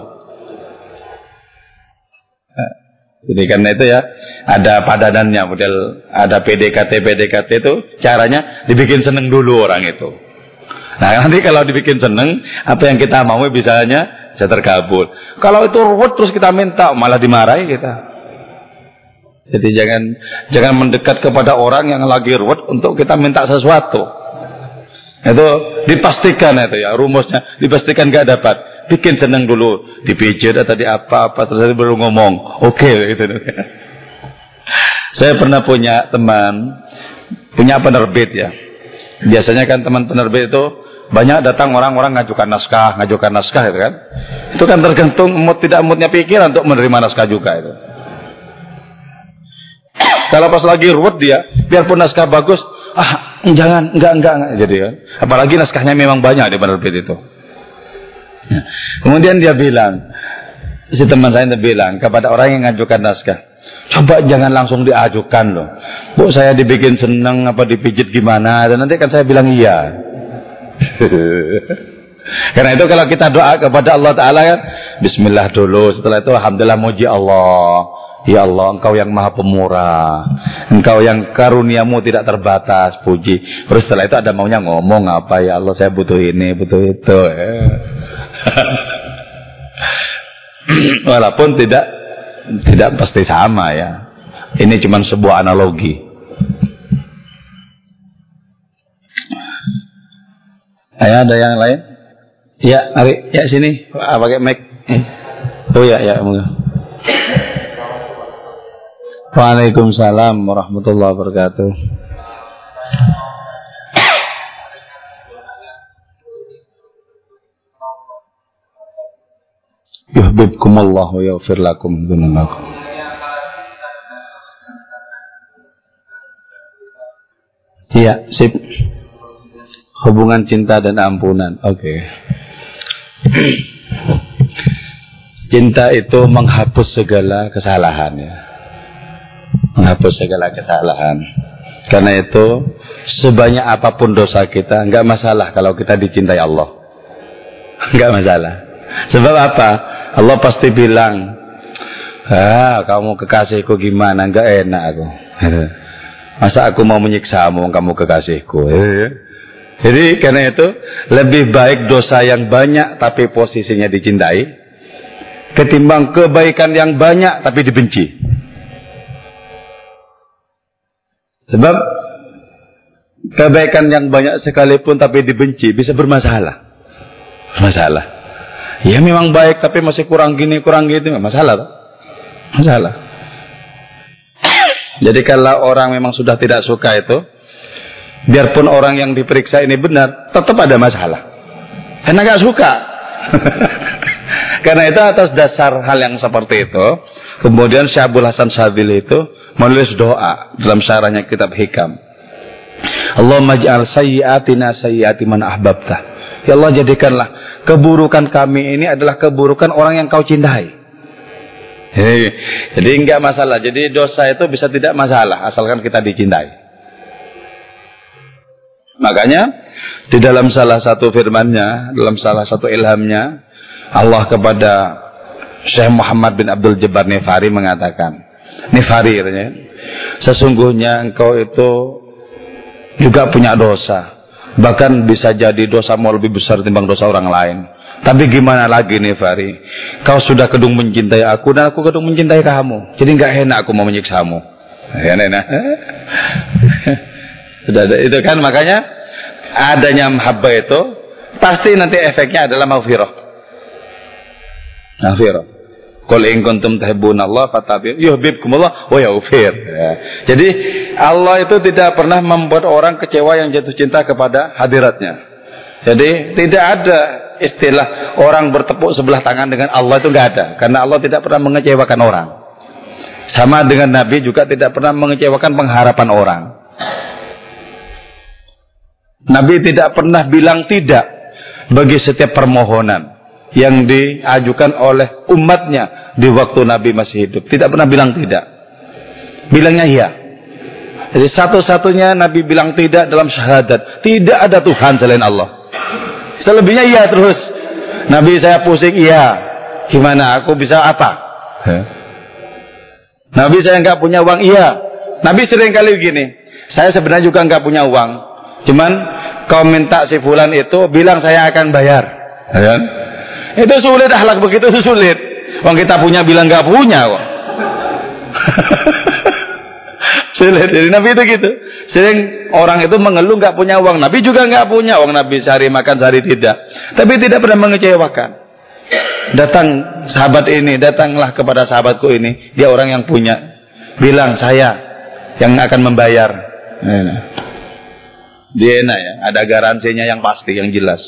Nah, jadi karena itu ya, ada padanannya, model ada P D K T P D K T itu caranya dibikin seneng dulu orang itu. Nah, nanti kalau dibikin seneng, apa yang kita mau misalnya bisa terkabul. Kalau itu ruwet terus kita minta, malah dimarahi kita. Jadi jangan jangan mendekat kepada orang yang lagi ruwet untuk kita minta sesuatu. Itu dipastikan itu ya, rumusnya dipastikan gak dapat. Bikin seneng dulu, dipijit atau di apa-apa, terus baru ngomong. Oke okay, gitu. Saya pernah punya teman, punya penerbit ya. Biasanya kan teman penerbit itu banyak datang orang-orang ngajukan naskah, ngajukan naskah itu kan. Itu kan tergantung mood tidak moodnya pikiran untuk menerima naskah juga itu. Kalau pas lagi ruwet dia, biarpun naskah bagus, ah jangan, enggak, enggak, enggak. Jadi kan. Apalagi naskahnya memang banyak di penerbit itu. Nah, kemudian dia bilang, si teman saya itu bilang kepada orang yang ngajukan naskah, coba jangan langsung diajukan loh. Bu, saya dibikin seneng apa dipijit gimana? Dan nanti kan saya bilang iya. Karena itu kalau kita doa kepada Allah Ta'ala kan, Bismillah dulu, setelah itu Alhamdulillah muji Allah. Ya Allah, Engkau yang maha pemurah, Engkau yang karuniamu tidak terbatas, puji. Terus setelah itu ada maunya ngomong apa, ya Allah saya butuh ini, butuh itu. Walaupun tidak tidak pasti sama ya. Ini cuma sebuah analogi. Ayo, ada yang lain? Ya, Ari, ya sini. Ah, pakai mic. Oh ya, ya. Waalaikumsalam warahmatullahi wabarakatuh. Yuhibbukumullah wa yaghfir lakum dzunubakum. Iya, sip. Hubungan cinta dan ampunan. Oke. Okay. Cinta itu menghapus segala kesalahan ya. Menghapus segala kesalahan. Karena itu sebanyak apapun dosa kita, enggak masalah kalau kita dicintai Allah. Enggak masalah. Sebab apa? Allah pasti bilang, ah kamu kekasihku gimana? Enggak enak aku. Masa aku mau menyiksamu, kamu kekasihku? Jadi karena itu lebih baik dosa yang banyak tapi posisinya dicintai, ketimbang kebaikan yang banyak tapi dibenci. Sebab kebaikan yang banyak sekalipun tapi dibenci bisa bermasalah. Masalah. Ya memang baik tapi masih kurang gini, kurang gitu, masalah. Masalah. Jadi kalau orang memang sudah tidak suka itu, biarpun orang yang diperiksa ini benar, tetap ada masalah. Karena gak suka. Karena itu atas dasar hal yang seperti itu, kemudian Syekh Abdul Hasan Syadzili itu menulis doa dalam syarahnya kitab Hikam. Allahumma ja'al sayyiatina sayyiati man ahbabta. Ya Allah, jadikanlah keburukan kami ini adalah keburukan orang yang kau cintai. Jadi, jadi enggak masalah. Jadi dosa itu bisa tidak masalah asalkan kita dicintai. Makanya di dalam salah satu firman-Nya, dalam salah satu ilhamnya, Allah kepada Syekh Muhammad bin Abdul Jabbar Nifari mengatakan, Nifari katanya, sesungguhnya engkau itu juga punya dosa, bahkan bisa jadi dosamu lebih besar timbang dosa orang lain. Tapi gimana lagi Nifari, kau sudah kedung mencintai aku dan aku kedung mencintai kamu, jadi nggak enak aku mau menyiksamu. Ya enak. Sudah ada itu kan, makanya adanya mahabbah itu pasti nanti efeknya adalah maghfirah. Maghfirah. Qul in kuntum tuhibbunallah fattabi'un yuhibbukumullah wa yaghfir. Ya. Jadi Allah itu tidak pernah membuat orang kecewa yang jatuh cinta kepada hadiratnya. Jadi tidak ada istilah orang bertepuk sebelah tangan dengan Allah, itu enggak ada. Karena Allah tidak pernah mengecewakan orang. Sama dengan Nabi juga tidak pernah mengecewakan pengharapan orang. Nabi tidak pernah bilang tidak bagi setiap permohonan yang diajukan oleh umatnya di waktu Nabi masih hidup. Tidak pernah bilang tidak. Bilangnya iya. Jadi satu-satunya Nabi bilang tidak dalam syahadat, tidak ada Tuhan selain Allah. Selebihnya iya terus. Nabi, saya pusing, iya. Gimana? Aku bisa apa? Huh? Nabi, saya nggak punya uang, iya. Nabi sering kali begini, saya sebenarnya juga nggak punya uang. Cuman kau minta si fulan itu, bilang saya akan bayar. Ya? Itu sulit, akhlak begitu itu sulit. Orang kita punya bilang nggak punya kok. Sulit. Jadi Nabi itu gitu. Sering orang itu mengeluh nggak punya uang. Nabi juga nggak punya uang. Nabi sehari makan sehari tidak. Tapi tidak pernah mengecewakan. Datang sahabat ini, datanglah kepada sahabatku ini. Dia orang yang punya. Bilang saya yang akan membayar. Dia enak ya, ada garansinya yang pasti, yang jelas.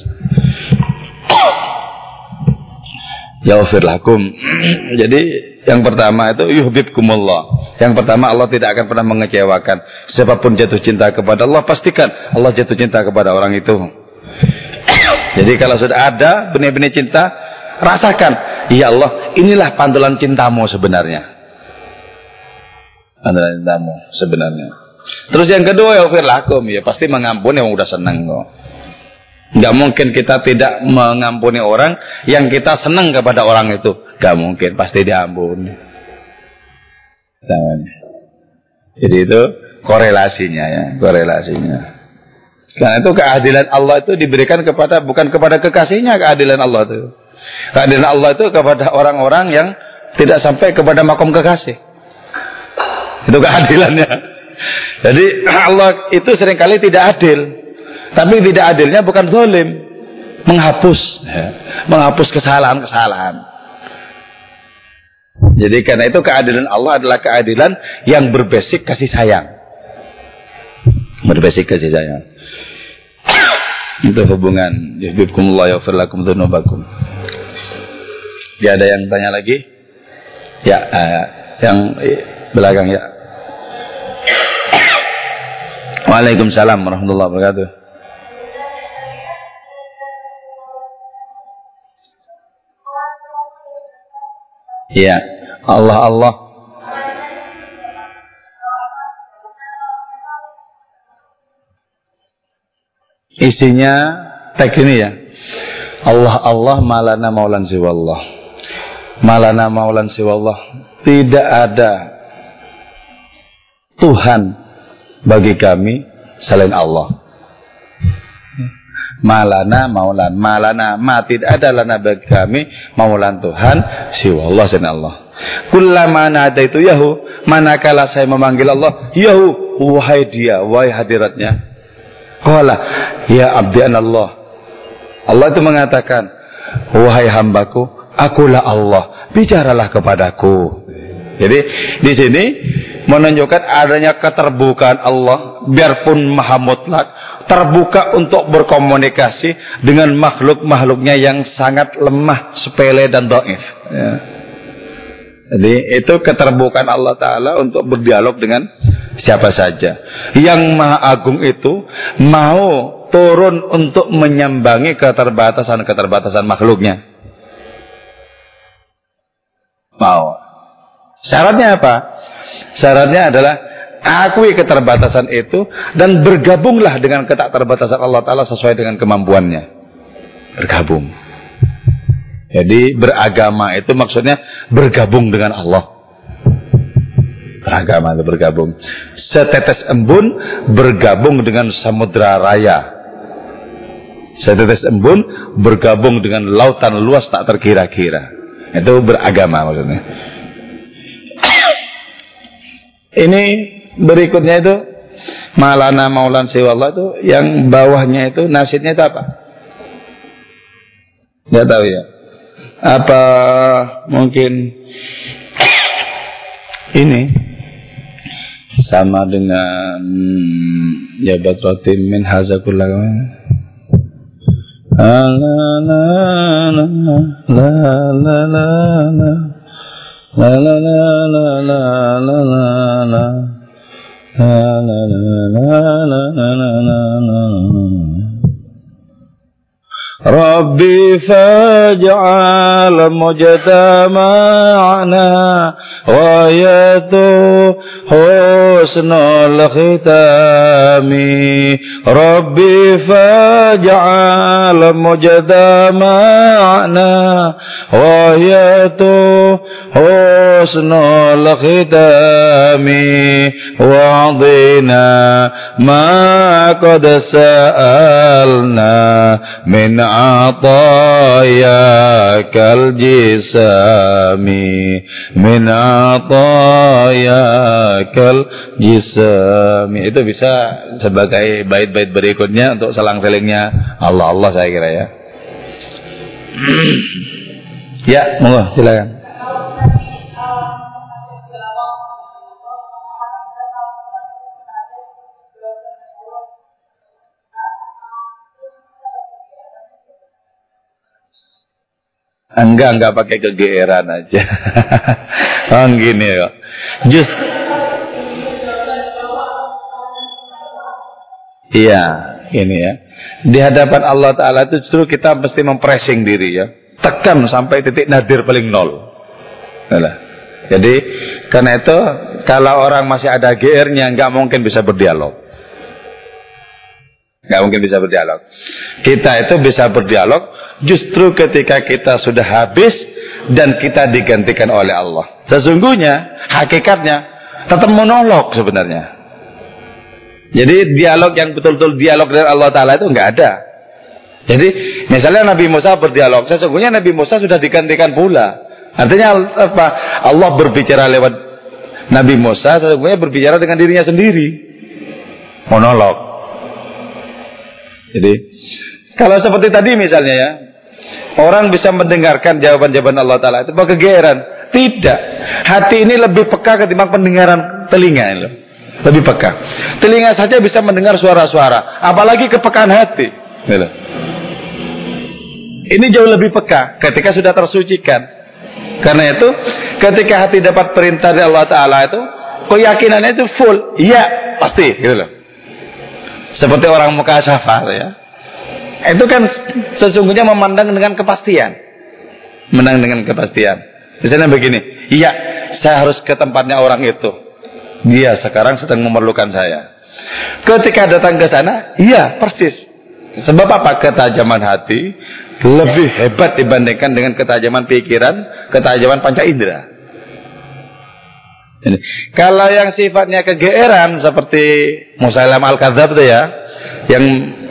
Yaghfir lakum. Jadi yang pertama itu yuhibbukumullah. Yang pertama, Allah tidak akan pernah mengecewakan. Siapapun jatuh cinta kepada Allah, pastikan Allah jatuh cinta kepada orang itu. Jadi kalau sudah ada benih-benih cinta, rasakan, ya Allah, inilah pantulan cintamu sebenarnya. Pantulan cintamu sebenarnya. Terus yang kedua, yaghfir lakum, ya pasti mengampuni yang udah senang kok. Gak mungkin kita tidak mengampuni orang yang kita senang kepada orang itu. Gak mungkin, pasti diampuni. Jadi itu korelasinya ya, korelasinya. Karena itu keadilan Allah itu diberikan kepada, bukan kepada kekasihnya keadilan Allah itu. Keadilan Allah itu kepada orang-orang yang tidak sampai kepada makom kekasih. Itu keadilannya. Jadi Allah itu seringkali tidak adil. Tapi tidak adilnya bukan zalim, menghapus, ya, menghapus kesalahan-kesalahan. Jadi karena itu keadilan Allah adalah keadilan yang berbasis kasih sayang, berbasis kasih sayang. Itu hubungan. Yuhibbukumullah yaghfir lakum dzunubakum. Dia ada yang tanya lagi? Ya, uh, yang belakang ya. Waalaikumsalam warahmatullahi wabarakatuh. Ya, Allah Allah. Isinya tag ini ya. Allah Allah malana maulan siwallah. Malana maulan siwallah. Tidak ada Tuhan bagi kami selain Allah. Malana maulan, malana ma, tidak ada lana bagi kami maulan Tuhan siwallah selain Allah. Kullama nadaitu yahu, manakala saya memanggil Allah, yahu, wahai dia, wahai hadiratnya. Qala ya abdi anallah. Allah itu mengatakan, wahai hambaku, akulah Allah, bicaralah kepadaku. Jadi di sini menunjukkan adanya keterbukaan Allah, biarpun maha mutlak, terbuka untuk berkomunikasi dengan makhluk-makhluknya yang sangat lemah, sepele dan dhaif. Ya. Jadi itu keterbukaan Allah Ta'ala untuk berdialog dengan siapa saja. Yang maha agung itu mau turun untuk menyambangi keterbatasan-keterbatasan makhluknya. Mau. Syaratnya apa? Syaratnya adalah akui keterbatasan itu dan bergabunglah dengan keterbatasan Allah Ta'ala sesuai dengan kemampuannya. Bergabung. Jadi beragama itu maksudnya bergabung dengan Allah. Beragama itu bergabung. Setetes embun bergabung dengan samudra raya. Setetes embun bergabung dengan lautan luas tak terkira-kira. Itu beragama maksudnya. Ini berikutnya itu malana maulan siwallah itu yang bawahnya itu nasibnya itu apa? Nggak tahu ya. Apa mungkin ini sama dengan jabat rotim min hazakullah. La la la la la la la La la la la la la la la La la la la la la la la Rabbi faj'al mujtama'ana wa yatu husnul khitami Rabbi faj'al mujtama'ana wa yatu husnul khitami wa'adina ma qad sa'alna min atayakal jisami min atayakal jisami. Itu bisa sebagai bait-bait berikutnya untuk selang-selingnya Allah Allah saya kira ya. Ya, monggo silakan. Enggak, enggak pakai kegeeran aja. Oh gini kok. Just iya, ini ya. Di hadapan Allah Ta'ala itu justru kita mesti mempressing diri ya. Tekan sampai titik nadir paling nol. Nah, jadi karena itu kalau orang masih ada G R-nya nggak mungkin bisa berdialog. Nggak mungkin bisa berdialog. Kita itu bisa berdialog justru ketika kita sudah habis dan kita digantikan oleh Allah. Sesungguhnya hakikatnya tetap monolog sebenarnya. Jadi dialog yang betul-betul dialog dengan Allah Ta'ala itu nggak ada. Jadi misalnya Nabi Musa berdialog, sesungguhnya Nabi Musa sudah digantikan pula. Artinya apa? Allah berbicara lewat Nabi Musa, sesungguhnya berbicara dengan dirinya sendiri. Monolog. Jadi kalau seperti tadi misalnya ya, orang bisa mendengarkan jawaban-jawaban Allah Ta'ala itu pakai kegeeran. Tidak. Hati ini lebih peka ketimbang pendengaran telinga itu. Lebih peka. Telinga saja bisa mendengar suara-suara, apalagi kepekaan hati. Ini jauh lebih peka ketika sudah tersucikan. Karena itu, ketika hati dapat perintah dari Allah Ta'ala itu, keyakinannya itu full. Iya, pasti. Gitu loh. Seperti orang muka syafar ya. Itu kan sesungguhnya memandang dengan kepastian. Menang dengan kepastian. Misalnya begini, iya, saya harus ke tempatnya orang itu. Dia sekarang sedang memerlukan saya. Ketika datang ke sana, iya, persis. Sebab apa? Ketajaman hati lebih hebat dibandingkan dengan ketajaman pikiran, ketajaman panca indera. Jadi, kalau yang sifatnya kegeeran seperti Musailamah al-Kadzdzab itu ya, yang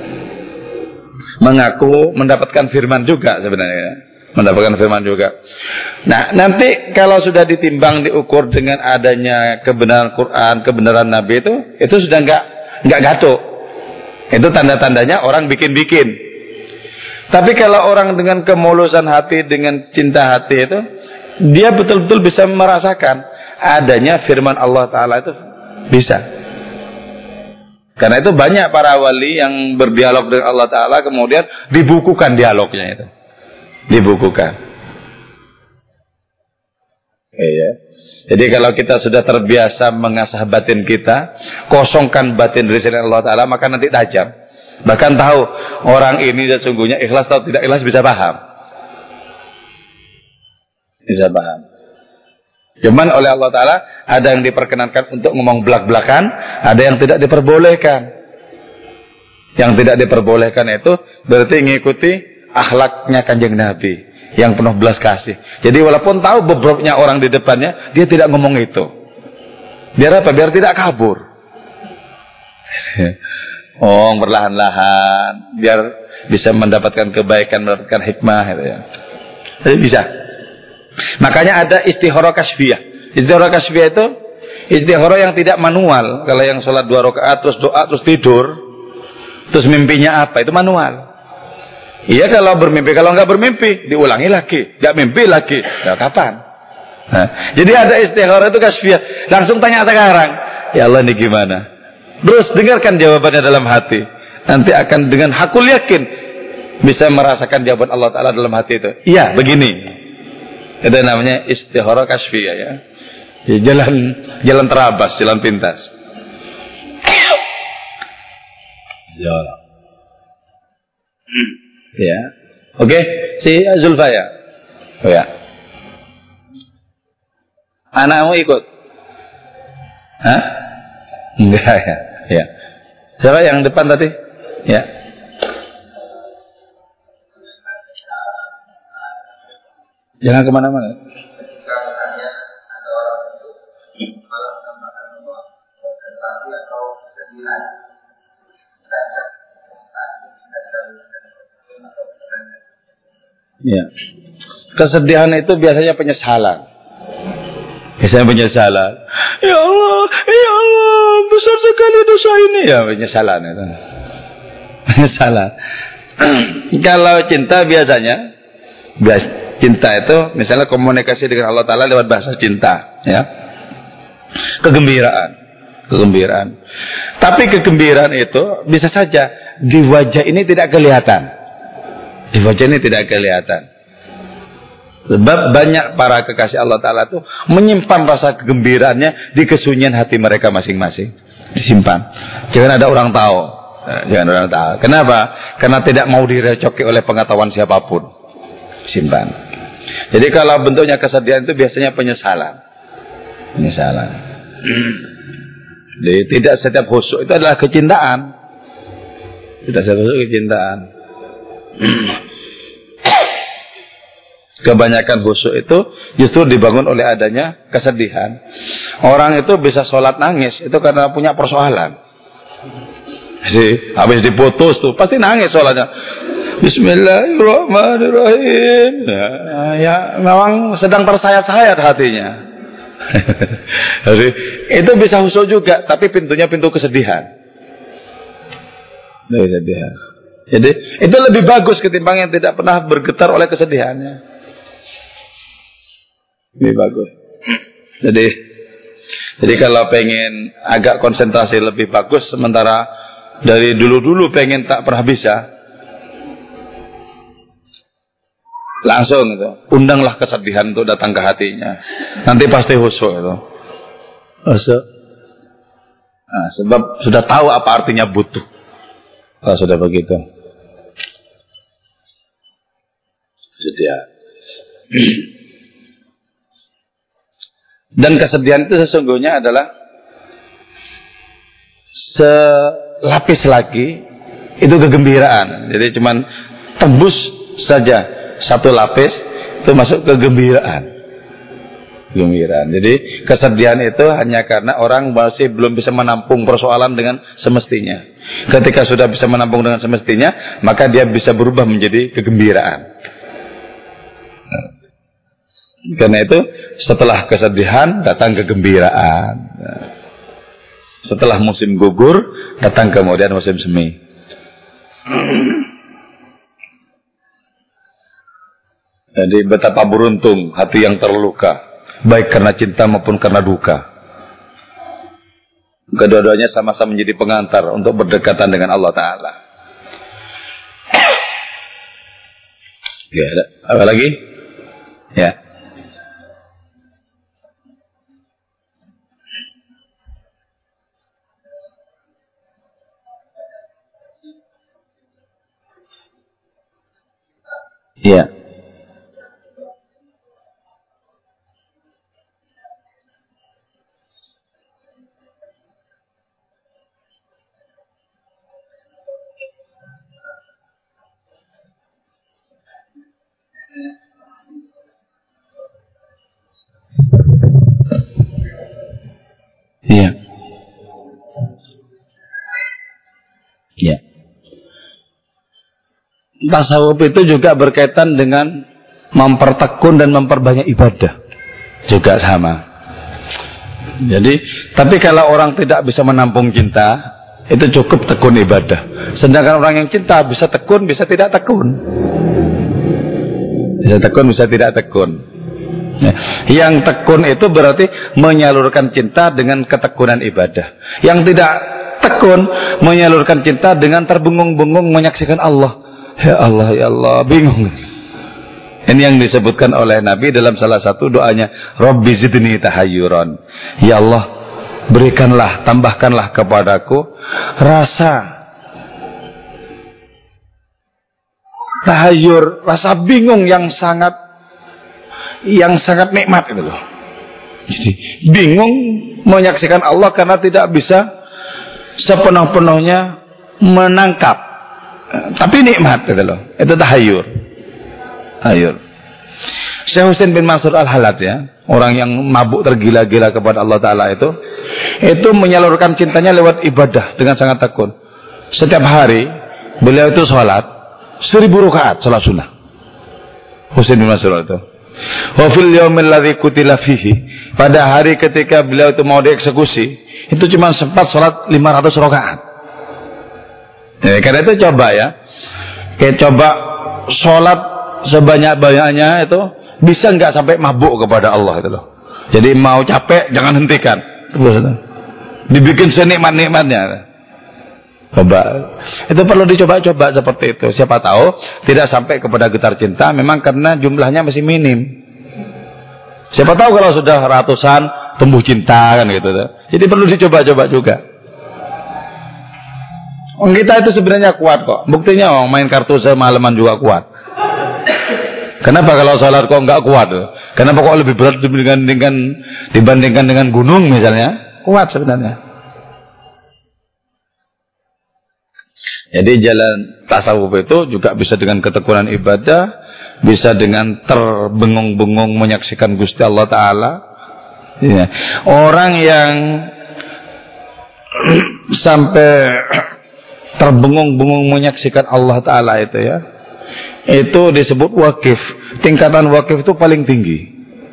mengaku mendapatkan firman juga sebenarnya. Mendapatkan firman juga. Nah, nanti kalau sudah ditimbang, diukur dengan adanya kebenaran Quran, kebenaran Nabi itu, itu sudah nggak nggak gatuk. Itu tanda-tandanya orang bikin-bikin. Tapi kalau orang dengan kemulusan hati, dengan cinta hati itu, dia betul-betul bisa merasakan adanya firman Allah Ta'ala itu bisa. Karena itu banyak para wali yang berdialog dengan Allah Ta'ala, kemudian dibukukan dialognya itu. Dibukukan. Iya. Jadi kalau kita sudah terbiasa mengasah batin kita, kosongkan batin dari Allah Ta'ala, maka nanti tajam. Bahkan tahu orang ini sesungguhnya ikhlas atau tidak ikhlas, bisa paham. Bisa paham. Cuman oleh Allah Ta'ala ada yang diperkenankan untuk ngomong belak-belakan, ada yang tidak diperbolehkan. Yang tidak diperbolehkan itu berarti mengikuti akhlaknya Kanjeng Nabi yang penuh belas kasih. Jadi walaupun tahu beberapa orang di depannya, dia tidak ngomong itu. Biar apa? Biar tidak kabur. Oh, perlahan-lahan, biar bisa mendapatkan kebaikan, mendapatkan hikmah, gitu ya. Jadi bisa. Makanya ada istihara kasfiyah. Istihara kasfiyah itu istihara yang tidak manual. Kalau yang sholat dua rakaat terus doa terus tidur, terus mimpinya apa? Itu manual. Iya kalau bermimpi, kalau nggak bermimpi diulangi lagi, nggak mimpi lagi, ya kapan? Nah, jadi ada istihara itu kasfiyah, langsung tanya sekarang, ya Allah ini gimana? Terus dengarkan jawabannya dalam hati, nanti akan dengan hakul yakin bisa merasakan jawaban Allah Ta'ala dalam hati itu. Iya begini, itu namanya istihara kasfiyah ya. Ya jalan jalan terabas, jalan pintas. Ya. Hmm. Ya, oke, okay. Si Zulfa ya, oh ya, anakmu ikut, hah? Enggak ya, ya. Siapa yang depan tadi? Ya. Jangan kemana-mana. Ya. Kesedihan itu biasanya penyesalan. Biasanya penyesalan. Ya Allah, ya Allah, besar sekali dosa ini. Ya penyesalan itu. Penyesalan. Kalau cinta biasanya, bias, cinta itu misalnya komunikasi dengan Allah Ta'ala lewat bahasa cinta, ya. Kegembiraan, kegembiraan. Tapi kegembiraan itu bisa saja di wajah ini tidak kelihatan. Di wajah ini tidak kelihatan. Sebab banyak para kekasih Allah Ta'ala itu menyimpan rasa kegembiraannya di kesunyian hati mereka masing-masing. Disimpan. Jangan ada orang tahu. Jangan orang tahu. Kenapa? Karena tidak mau direcoki oleh pengetahuan siapapun. Simpan. Jadi kalau bentuknya kesedihan itu biasanya penyesalan. Penyesalan. Jadi tidak setiap khusyuk itu adalah kecintaan. Tidak setiap khusyuk kecintaan. Kebanyakan khusyuk itu justru dibangun oleh adanya kesedihan. Orang itu bisa sholat nangis itu karena punya persoalan. Jadi habis diputus tuh pasti nangis sholatnya. Bismillahirrahmanirrahim. Ya, ya memang sedang tersayat-sayat hatinya. Jadi itu bisa khusyuk juga, tapi pintunya pintu kesedihan. Kesedihan. Jadi itu lebih bagus ketimbang yang tidak pernah bergetar oleh kesedihannya. Lebih bagus. Jadi, jadi kalau pengen agak konsentrasi lebih bagus, sementara dari dulu-dulu pengen tak pernah bisa, langsung itu, undanglah kesedihan itu datang ke hatinya. Nanti pasti khusyuk itu. Khusyuk. Nah, sebab sudah tahu apa artinya butuh. Kalau sudah begitu, sedia. Dan kesedihan itu sesungguhnya adalah selapis lagi itu kegembiraan. Jadi cuman tembus saja satu lapis itu masuk kegembiraan. Kegembiraan. Jadi kesedihan itu hanya karena orang masih belum bisa menampung persoalan dengan semestinya. Ketika sudah bisa menampung dengan semestinya, maka dia bisa berubah menjadi kegembiraan. Karena itu setelah kesedihan datang kegembiraan. Setelah musim gugur datang kemudian musim semi. Jadi betapa beruntung hati yang terluka, baik karena cinta maupun karena duka. Kedua-duanya sama-sama menjadi pengantar untuk berdekatan dengan Allah Ta'ala. Ya, ada apa lagi? Ya. Ya. Iya. Iya. Tasawuf itu juga berkaitan dengan mempertekun dan memperbanyak ibadah. Juga sama. Jadi, tapi kalau orang tidak bisa menampung cinta, itu cukup tekun ibadah. Sedangkan orang yang cinta bisa tekun, bisa tidak tekun. Bisa tekun, bisa tidak tekun. Ya. Yang tekun itu berarti menyalurkan cinta dengan ketekunan ibadah. Yang tidak tekun menyalurkan cinta dengan terbengong-bengong menyaksikan Allah. Ya Allah, ya Allah, bingung. Ini yang disebutkan oleh Nabi dalam salah satu doanya, Rabbi zidni tahayyuran. Ya Allah, berikanlah, tambahkanlah kepadaku rasa tahayyur, rasa bingung yang sangat yang sangat nikmat itu loh. Jadi bingung menyaksikan Allah karena tidak bisa sepenuh-penuhnya menangkap, tapi nikmat itu loh. Itu tahayyur. Tahayyur. Syekh Husain bin Mansur Al-Halat ya, orang yang mabuk tergila-gila kepada Allah Ta'ala itu, itu menyalurkan cintanya lewat ibadah dengan sangat tekun. Setiap hari beliau itu sholat seribu rakaat sholat sunnah. Husain bin Mansur itu. Wa fil yaumil ladzi qutila fihi, pada hari ketika beliau itu mau dieksekusi, itu cuma sempat sholat lima ratus rakaat. Ya, karena itu coba ya, kayak coba sholat sebanyak-banyaknya itu bisa nggak sampai mabuk kepada Allah itu loh. Jadi mau capek jangan hentikan. Dibikin senikmat-nikmatnya. Coba. Itu perlu dicoba-coba seperti itu. Siapa tahu tidak sampai kepada getar cinta memang karena jumlahnya masih minim. Siapa tahu kalau sudah ratusan tumbuh cinta kan gitu. Jadi perlu dicoba-coba juga. Oh, kita itu sebenarnya kuat kok. Buktinya oh, main kartu semalaman juga kuat. Kenapa kalau sholat kok nggak kuat? Kenapa kok lebih berat dibandingkan dibandingkan dengan gunung misalnya? Kuat sebenarnya. Jadi jalan tasawuf itu juga bisa dengan ketekunan ibadah, bisa dengan terbengung-bengung menyaksikan Gusti Allah Ta'ala. Ya. Orang yang sampai terbengung-bengung menyaksikan Allah Ta'ala itu ya, itu disebut wakif. Tingkatan wakif itu paling tinggi.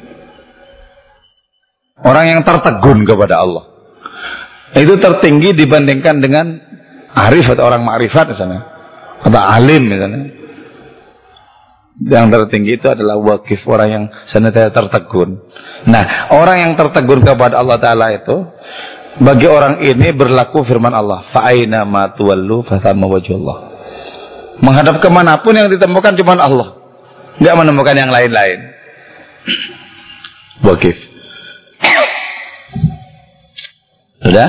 Orang yang tertegun kepada Allah itu tertinggi dibandingkan dengan arif atau orang ma'rifat misalnya, atau alim misalnya. Yang tertinggi itu adalah wakif, orang yang senantiasa tertegun. Nah, orang yang tertegun kepada Allah Ta'ala itu, bagi orang ini berlaku firman Allah, fa'aina ma tuwallu fathamma wajhullah. Menghadap kemanapun yang ditemukan cuma Allah, nggak menemukan yang lain-lain. Wakif. Sudah?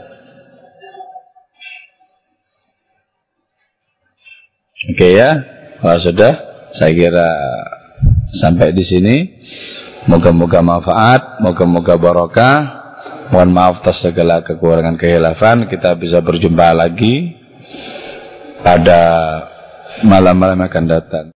Oke okay, ya, kalau sudah, saya kira sampai di sini. Moga-moga manfaat, moga-moga barokah. Mohon maaf atas segala kekurangan kehilafan. Kita bisa berjumpa lagi pada malam-malam akan datang.